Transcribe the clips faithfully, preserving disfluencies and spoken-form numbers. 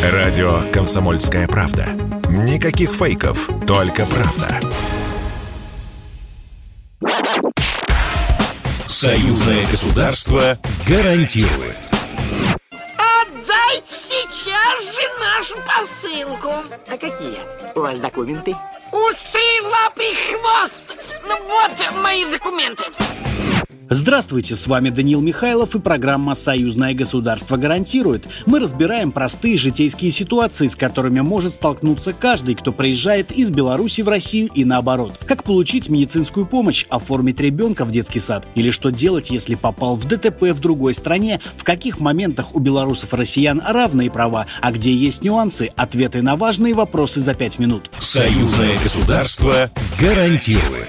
Радио «Комсомольская правда». Никаких фейков, только правда. Союзное государство гарантирует. Отдайте сейчас же нашу посылку. А какие у вас документы? Усы, лапы, хвост. Ну вот мои документы. Здравствуйте, с вами Даниил Михайлов и программа «Союзное государство гарантирует». Мы разбираем простые житейские ситуации, с которыми может столкнуться каждый, кто приезжает из Беларуси в Россию и наоборот. Как получить медицинскую помощь, оформить ребенка в детский сад, или что делать, если попал в ДТП в другой стране, в каких моментах у белорусов и россиян равные права, а где есть нюансы, ответы на важные вопросы за пять минут. Союзное государство гарантирует.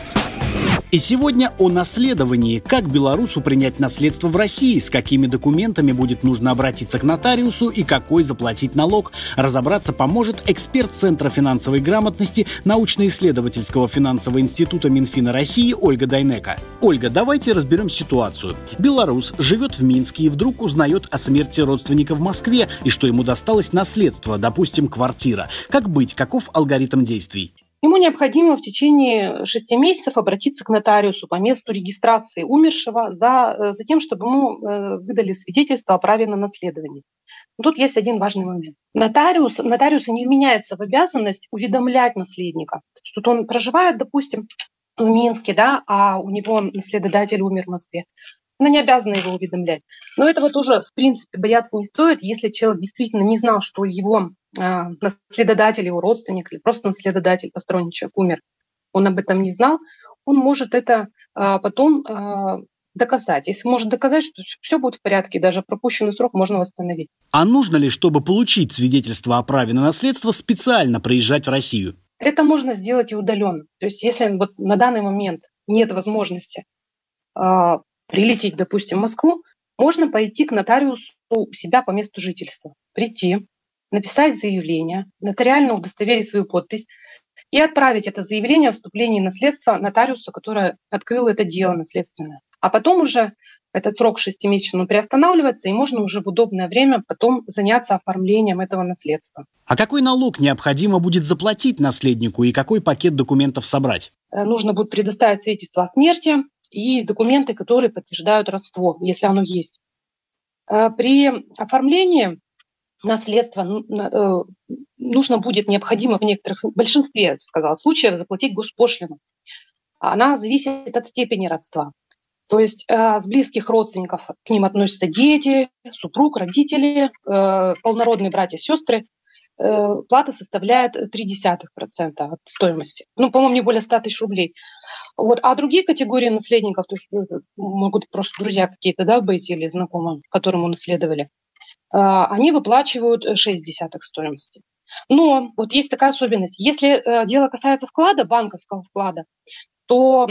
И сегодня о наследовании. Как белорусу принять наследство в России, с какими документами будет нужно обратиться к нотариусу и какой заплатить налог. Разобраться поможет эксперт Центра финансовой грамотности научно-исследовательского финансового института Минфина России Ольга Дайнеко. Ольга, давайте разберем ситуацию. Белорус живет в Минске и вдруг узнает о смерти родственника в Москве и что ему досталось наследство, допустим, квартира. Как быть? Каков алгоритм действий? Ему необходимо в течение шести месяцев обратиться к нотариусу по месту регистрации умершего за, за тем, чтобы ему выдали свидетельство о праве на наследование. Но тут есть один важный момент. Нотариус, нотариусу не вменяется в обязанность уведомлять наследника. Что он проживает, допустим, в Минске, да, а у него наследодатель умер в Москве. Она не обязана его уведомлять. Но этого тоже, в принципе, бояться не стоит, если человек действительно не знал, что его э, наследодатель, его родственник или просто наследодатель, посторонний человек умер, он об этом не знал, он может это э, потом э, доказать. Если может доказать, что все будет в порядке, даже пропущенный срок можно восстановить. А нужно ли, чтобы получить свидетельство о праве на наследство, специально приезжать в Россию? Это можно сделать и удаленно. То есть если вот на данный момент нет возможности э, прилететь, допустим, в Москву, можно пойти к нотариусу у себя по месту жительства, прийти, написать заявление, нотариально удостоверить свою подпись и отправить это заявление о вступлении в наследство нотариусу, который открыл это дело наследственное. А потом уже этот срок шестимесячный приостанавливается, и можно уже в удобное время потом заняться оформлением этого наследства. А какой налог необходимо будет заплатить наследнику и какой пакет документов собрать? Нужно будет предоставить свидетельство о смерти и документы, которые подтверждают родство, если оно есть. При оформлении наследства нужно будет, необходимо в некоторых, в большинстве, я бы сказала, случаев заплатить госпошлину. Она зависит от степени родства. То есть с близких родственников к ним относятся дети, супруг, родители, полнородные братья, сестры. Плата составляет ноль целых три десятых процента от стоимости. Ну, по-моему, не более ста тысяч рублей. Вот. А другие категории наследников, то есть могут просто друзья какие-то, да, быть или знакомые, которым унаследовали, они выплачивают шесть десятых стоимости. Но вот есть такая особенность. Если дело касается вклада, банковского вклада, то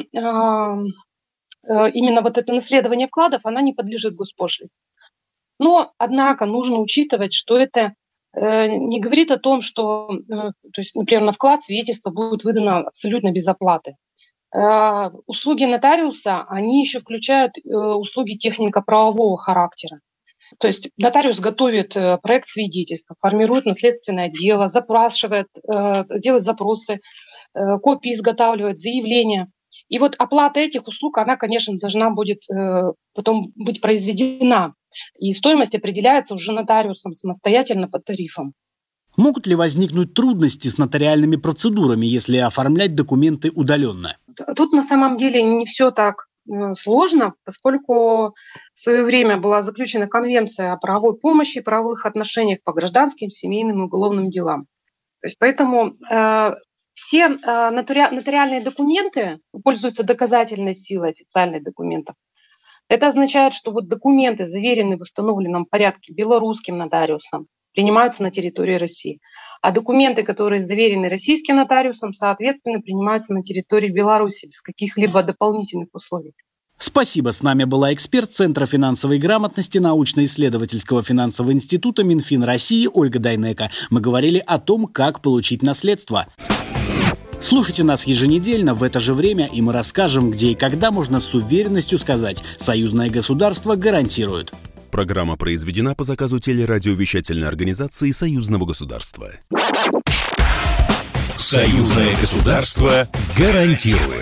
именно вот это наследование вкладов, она не подлежит госпошлине. Но, однако, нужно учитывать, что это не говорит о том, что, то есть, например, на вклад свидетельство будет выдано абсолютно без оплаты. Услуги нотариуса, они еще включают услуги технико-правового характера. То есть нотариус готовит проект свидетельства, формирует наследственное дело, запрашивает, делает запросы, копии изготавливает, заявления. И вот оплата этих услуг, она, конечно, должна будет потом быть произведена. И стоимость определяется уже нотариусом самостоятельно по тарифам. Могут ли возникнуть трудности с нотариальными процедурами, если оформлять документы удаленно? Тут на самом деле не все так сложно, поскольку в свое время была заключена конвенция о правовой помощи и правовых отношениях по гражданским, семейным и уголовным делам. То есть поэтому э, все э, нотари... нотариальные документы пользуются доказательной силой официальных документов. Это означает, что вот документы, заверенные в установленном порядке белорусским нотариусом, принимаются на территории России. А документы, которые заверены российским нотариусом, соответственно, принимаются на территории Беларуси без каких-либо дополнительных условий. Спасибо. С нами была эксперт Центра финансовой грамотности научно-исследовательского финансового института Минфин России Ольга Дайнеко. Мы говорили о том, как получить наследство. Слушайте нас еженедельно в это же время, и мы расскажем, где и когда можно с уверенностью сказать: союзное государство гарантирует. Программа произведена по заказу телерадиовещательной организации Союзного государства. Союзное государство гарантирует.